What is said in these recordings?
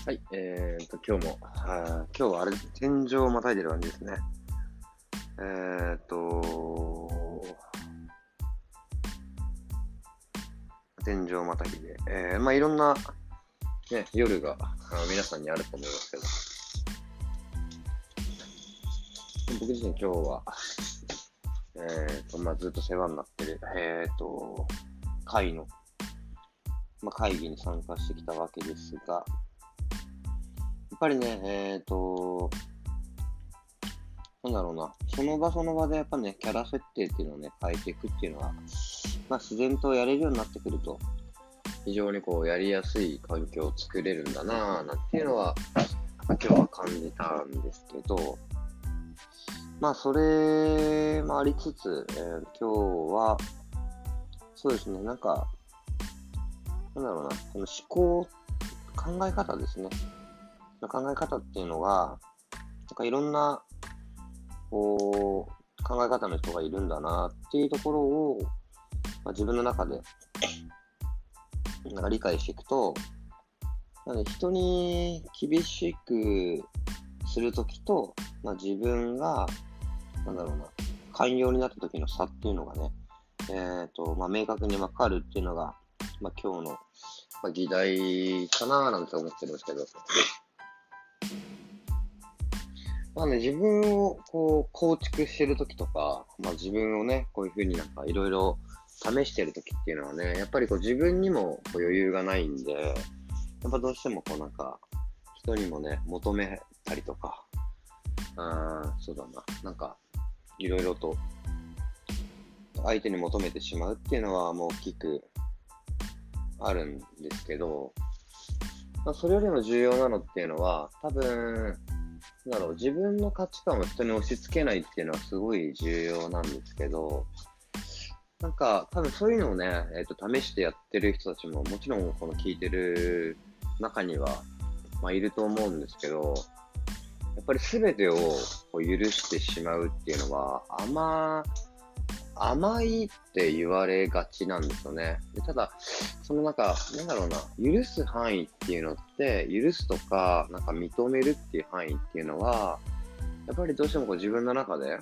はい、今日はあれ、天井をまたいでる感じですね。えーっと、天井またぎで、いろんな、ね、夜が皆さんにあると思いますけど、僕自身今日は、ずっと世話になってる、会の、会議に参加してきたわけですが、やっぱりね、なんだろうな、その場その場でやっぱね、キャラ設定っていうのをね、変えていくっていうのは、自然とやれるようになってくると、非常にやりやすい環境を作れるんだなぁ、なんていうのは、今日は感じたんですけど、それもありつつ、今日は、そうですね、なんだろうな、この考え方ですね。考え方っていうのが、いろんな、考え方の人がいるんだなっていうところを、自分の中で、理解していくと、人に厳しくするときと、自分が、寛容になった時の差っていうのがね、明確にわかるっていうのが、今日の、議題かななんて思ってるんですけど、自分を構築してるときとか、自分をね、こういうふうにいろいろ試してるときっていうのはね、やっぱり自分にも余裕がないんで、やっぱどうしても人にもね、求めたりとか、そうだな、いろいろと相手に求めてしまうっていうのはもう大きくあるんですけど、それよりも重要なのっていうのは、多分、自分の価値観を人に押し付けないっていうのはすごい重要なんですけど、多分そういうのをね、試してやってる人たちももちろんこの聞いてる中には、いると思うんですけど、やっぱり全てを許してしまうっていうのは、甘いって言われがちなんですよね。でただ、許す範囲っていうのって、許すとか、認めるっていう範囲っていうのは、やっぱりどうしても自分の中で、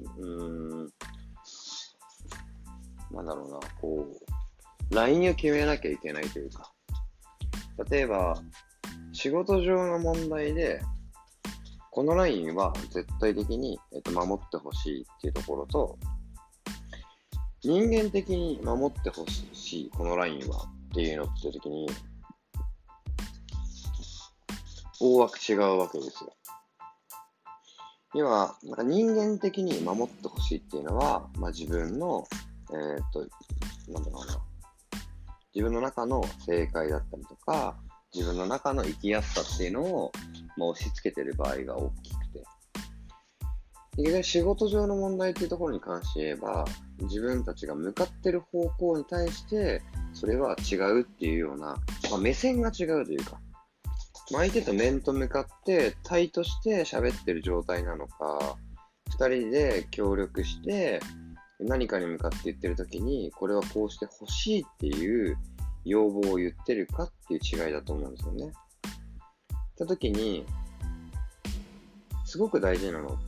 ラインを決めなきゃいけないというか、例えば、仕事上の問題で、このラインは絶対的に、守ってほしいっていうところと、人間的に守ってほしい、このラインはっていうのって時に、大枠違うわけですよ。要は、人間的に守ってほしいっていうのは、自分の、自分の中の正解だったりとか、自分の中の生きやすさっていうのを、押し付けてる場合が大きくて。で仕事上の問題っていうところに関して言えば、自分たちが向かってる方向に対して、それは違うっていうような、目線が違うというか、相手と面と向かって対として喋ってる状態なのか、二人で協力して何かに向かって言ってるときに、これはこうしてほしいっていう要望を言ってるかっていう違いだと思うんですよね。ったときに、すごく大事なのって、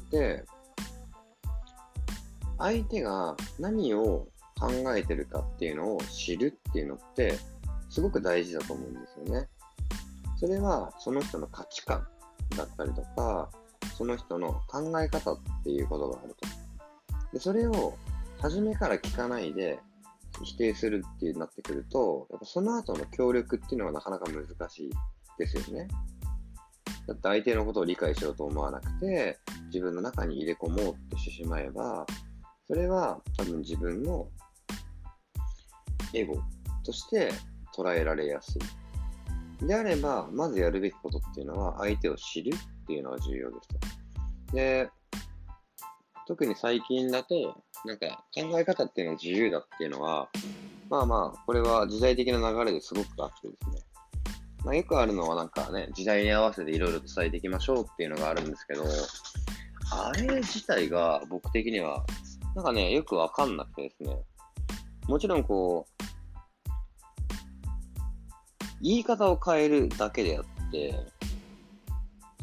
相手が何を考えてるかっていうのを知るっていうのって、すごく大事だと思うんですよね。それはその人の価値観だったりとか、その人の考え方っていうことがあると。で、それを初めから聞かないで否定するってなってくると、やっぱその後の協力っていうのはなかなか難しいですよね。だって相手のことを理解しようと思わなくて、自分の中に入れ込もうってしてしまえば、それは多分自分のエゴとして捉えられやすい。であれば、まずやるべきことっていうのは、相手を知るっていうのが重要ですと。で、特に最近だと、考え方っていうのは自由だっていうのは、これは時代的な流れですごくあってですね。よくあるのは時代に合わせていろいろ伝えていきましょうっていうのがあるんですけど、あれ自体が僕的には、よくわかんなくてですね。もちろん言い方を変えるだけであって、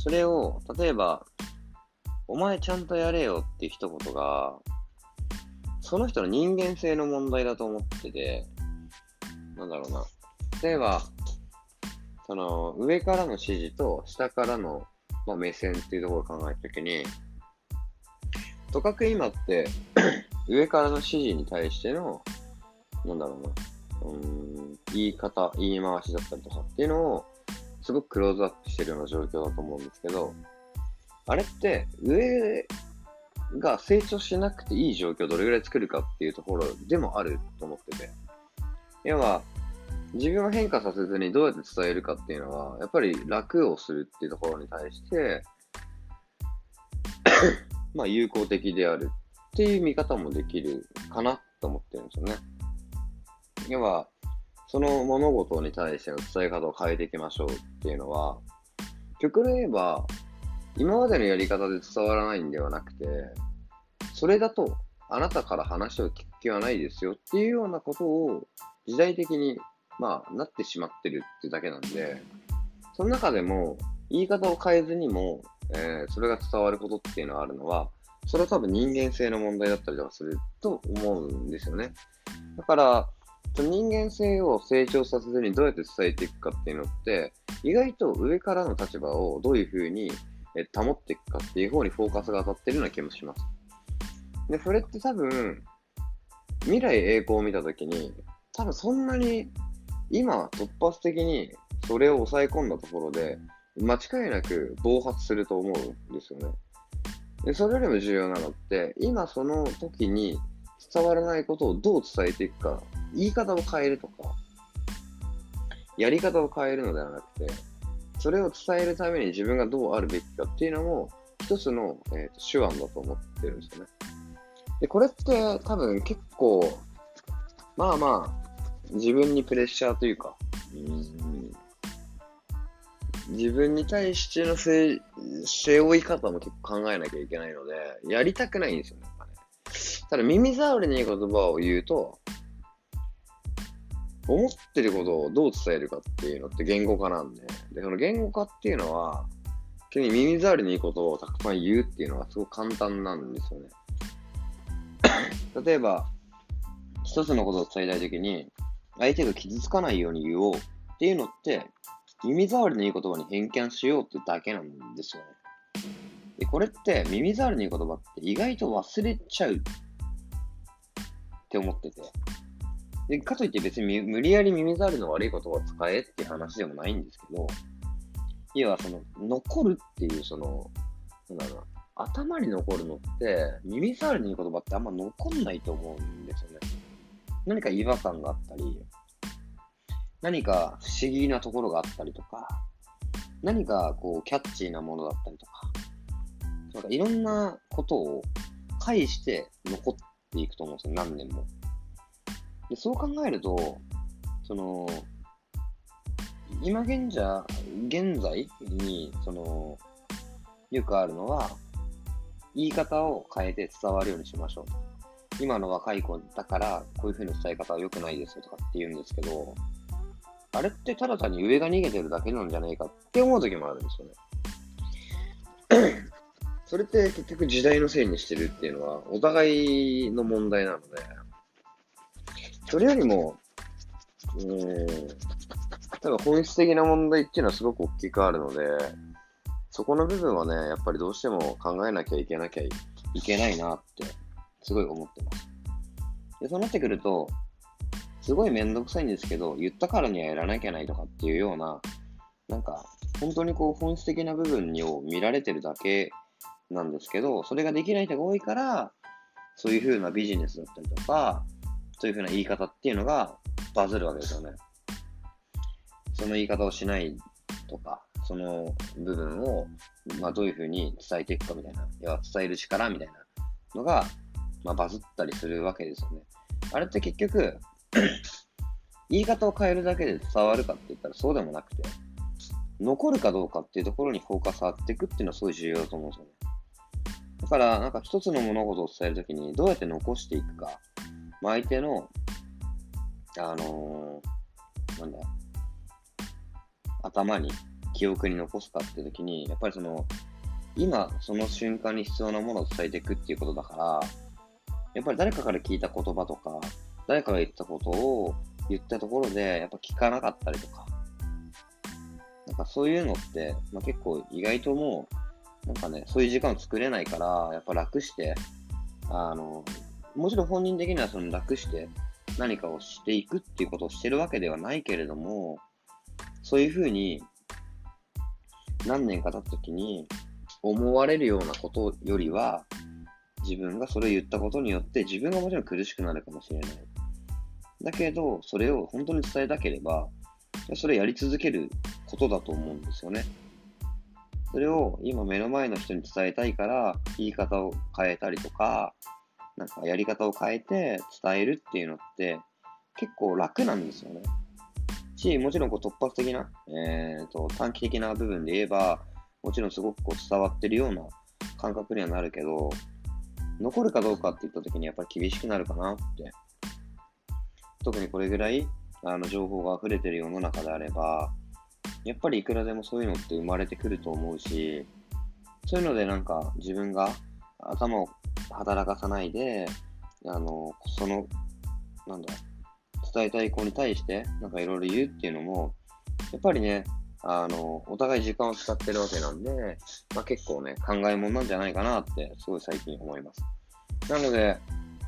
それを、例えば、お前ちゃんとやれよっていう一言が、その人の人間性の問題だと思ってて、なんだろうな。例えば、上からの指示と下からの、目線っていうところを考えたときに、とかく今って、上からの指示に対しての、なんだろうな、言い方、言い回しだったりとかっていうのを、すごくクローズアップしてるような状況だと思うんですけど、あれって、上が成長しなくていい状況をどれぐらい作るかっていうところでもあると思ってて。要は、自分を変化させずにどうやって伝えるかっていうのは、やっぱり楽をするっていうところに対して、有効的であるっていう見方もできるかなと思ってるんですよね。要は、その物事に対しての伝え方を変えていきましょうっていうのは、極論言えば、今までのやり方で伝わらないんではなくて、それだとあなたから話を聞く気はないですよっていうようなことを時代的になってしまってるってだけなんで、その中でも言い方を変えずにも、それが伝わることっていうのがあるのは、それは多分人間性の問題だったりとかすると思うんですよね。だから、人間性を成長させずにどうやって伝えていくかっていうのって、意外と上からの立場をどういうふうに保っていくかっていう方にフォーカスが当たってるような気もします。で、それって多分、未来栄光を見たときに、多分そんなに今突発的にそれを抑え込んだところで、間違いなく暴発すると思うんですよね。で、それよりも重要なのって、今その時に伝わらないことをどう伝えていくか、言い方を変えるとか、やり方を変えるのではなくて、それを伝えるために自分がどうあるべきかっていうのも、一つの、手腕だと思ってるんですよね。で、これって多分結構、自分にプレッシャーというか、自分に対しての背負い方も結構考えなきゃいけないので、やりたくないんですよね。ただ耳障りにいい言葉を言うと、思ってることをどう伝えるかっていうのって言語化なんで、その言語化っていうのは、急に耳障りにいいことをたくさん言うっていうのはすごく簡単なんですよね。例えば、一つのことを伝えたいときに、相手が傷つかないように言おうっていうのって、耳障りのいい言葉に変換しようってだけなんですよね。で、これって耳障りのいい言葉って意外と忘れちゃうって思ってて。で、かといって別に無理やり耳障りの悪い言葉を使えっていう話でもないんですけど、要は残るっていう頭に残るのって、耳障りのいい言葉ってあんま残んないと思うんですよね。何か違和感があったり、何か不思議なところがあったりとか、何かキャッチーなものだったりとか、なんかいろんなことを介して残っていくと思うんですよ、何年も。で、そう考えると、今現在に、よくあるのは、言い方を変えて伝わるようにしましょう。今の若い子だから、こういう風に伝え方は良くないですよとかって言うんですけど、あれってただ単に上が逃げてるだけなんじゃないかって思う時もあるんですよね。それって結局時代のせいにしてるっていうのは、お互いの問題なので、それよりも、多分本質的な問題っていうのはすごく大きくあるので、そこの部分はね、やっぱりどうしても考えなきゃいけないなって、すごい思ってます。で、そうなってくると、すごいめんどくさいんですけど、言ったからにはやらなきゃないとかっていうような、本当に本質的な部分を見られてるだけなんですけど、それができない人が多いから、そういう風なビジネスだったりとか、そういう風な言い方っていうのがバズるわけですよね。その言い方をしないとか、その部分を、どういう風に伝えていくかみたいな、要は伝える力みたいなのが、バズったりするわけですよね。あれって結局、言い方を変えるだけで伝わるかって言ったらそうでもなくて、残るかどうかっていうところにフォーカスを当てていくっていうのはすごい重要だと思うんですよね。だから、一つの物事を伝えるときにどうやって残していくか、相手の、頭に記憶に残すかっていう時に、やっぱり今、その瞬間に必要なものを伝えていくっていうことだから、やっぱり誰かから聞いた言葉とか、誰かが言ったことを言ったところで、やっぱ聞かなかったりとか、なんかそういうのって、結構意外ともう、なんかね、そういう時間を作れないから、やっぱ楽して、もちろん本人的にはその楽して何かをしていくっていうことをしてるわけではないけれども、そういうふうに何年か経った時に思われるようなことよりは、自分がそれを言ったことによって自分がもちろん苦しくなるかもしれない。だけど、それを本当に伝えたければ、それやり続けることだと思うんですよね。それを今目の前の人に伝えたいから、言い方を変えたりとか、なんかやり方を変えて伝えるっていうのって結構楽なんですよね。もちろん突発的な、短期的な部分で言えば、もちろんすごく伝わってるような感覚にはなるけど、残るかどうかって言った時にやっぱり厳しくなるかなって。特にこれぐらい情報が溢れてる世の中であれば、やっぱりいくらでもそういうのって生まれてくると思うし、そういうのでなんか自分が頭を働かさないで、伝えたい子に対してなんかいろいろ言うっていうのも、やっぱりね、お互い時間を使ってるわけなんで、結構ね、考えもんなんじゃないかなって、すごい最近思います。なので、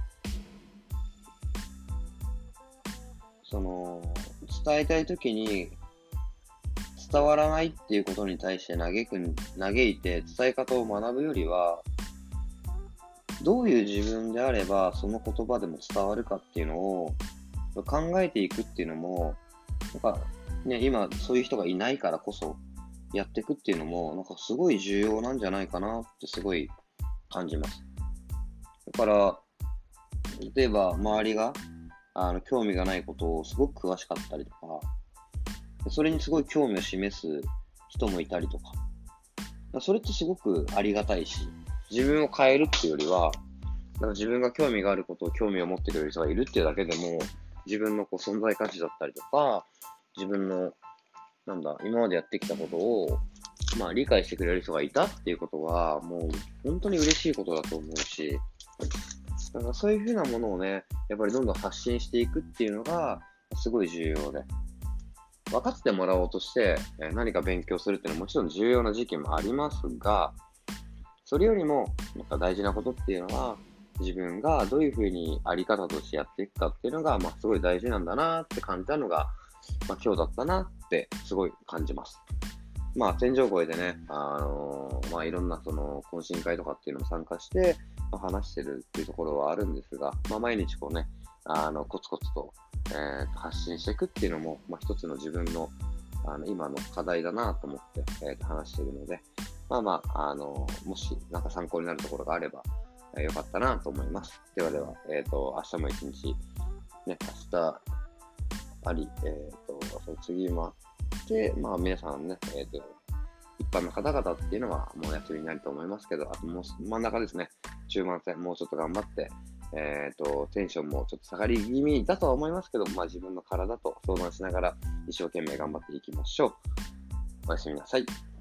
伝えたいときに伝わらないっていうことに対して嘆いて伝え方を学ぶよりは、どういう自分であればその言葉でも伝わるかっていうのを考えていくっていうのも、なんかね、今そういう人がいないからこそやっていくっていうのも、なんかすごい重要なんじゃないかなってすごい感じます。だから、例えば周りが興味がないことをすごく詳しかったりとか、それにすごい興味を示す人もいたりとか、それってすごくありがたいし、自分を変えるっていうよりは、なんか自分が興味があることを興味を持ってくれる人がいるっていうだけでも、自分の存在価値だったりとか、自分の、今までやってきたことを、理解してくれる人がいたっていうことは、もう本当に嬉しいことだと思うし、だからそういうふうなものをね、やっぱりどんどん発信していくっていうのが、すごい重要で。分かってもらおうとして、何か勉強するっていうのはもちろん重要な時期もありますが、それよりも、なんか大事なことっていうのは、自分がどういうふうにあり方としてやっていくかっていうのが、すごい大事なんだなって感じたのが、今日だったなってすごい感じます。天井越えでね、いろんな懇親会とかっていうのも参加して、話してるっていうところはあるんですが、毎日コツコツと、発信していくっていうのも、一つの自分の、今の課題だなと思って、話しているので、もしなんか参考になるところがあれば、よかったなと思います。ではでは、明日も一日、ね、明日あり、その次もあって、皆さんね、一般の方々っていうのはもう休みになると思いますけど、あともう真ん中ですね、中盤戦、もうちょっと頑張って、テンションもちょっと下がり気味だとは思いますけど、自分の体と相談しながら一生懸命頑張っていきましょう。おやすみなさい。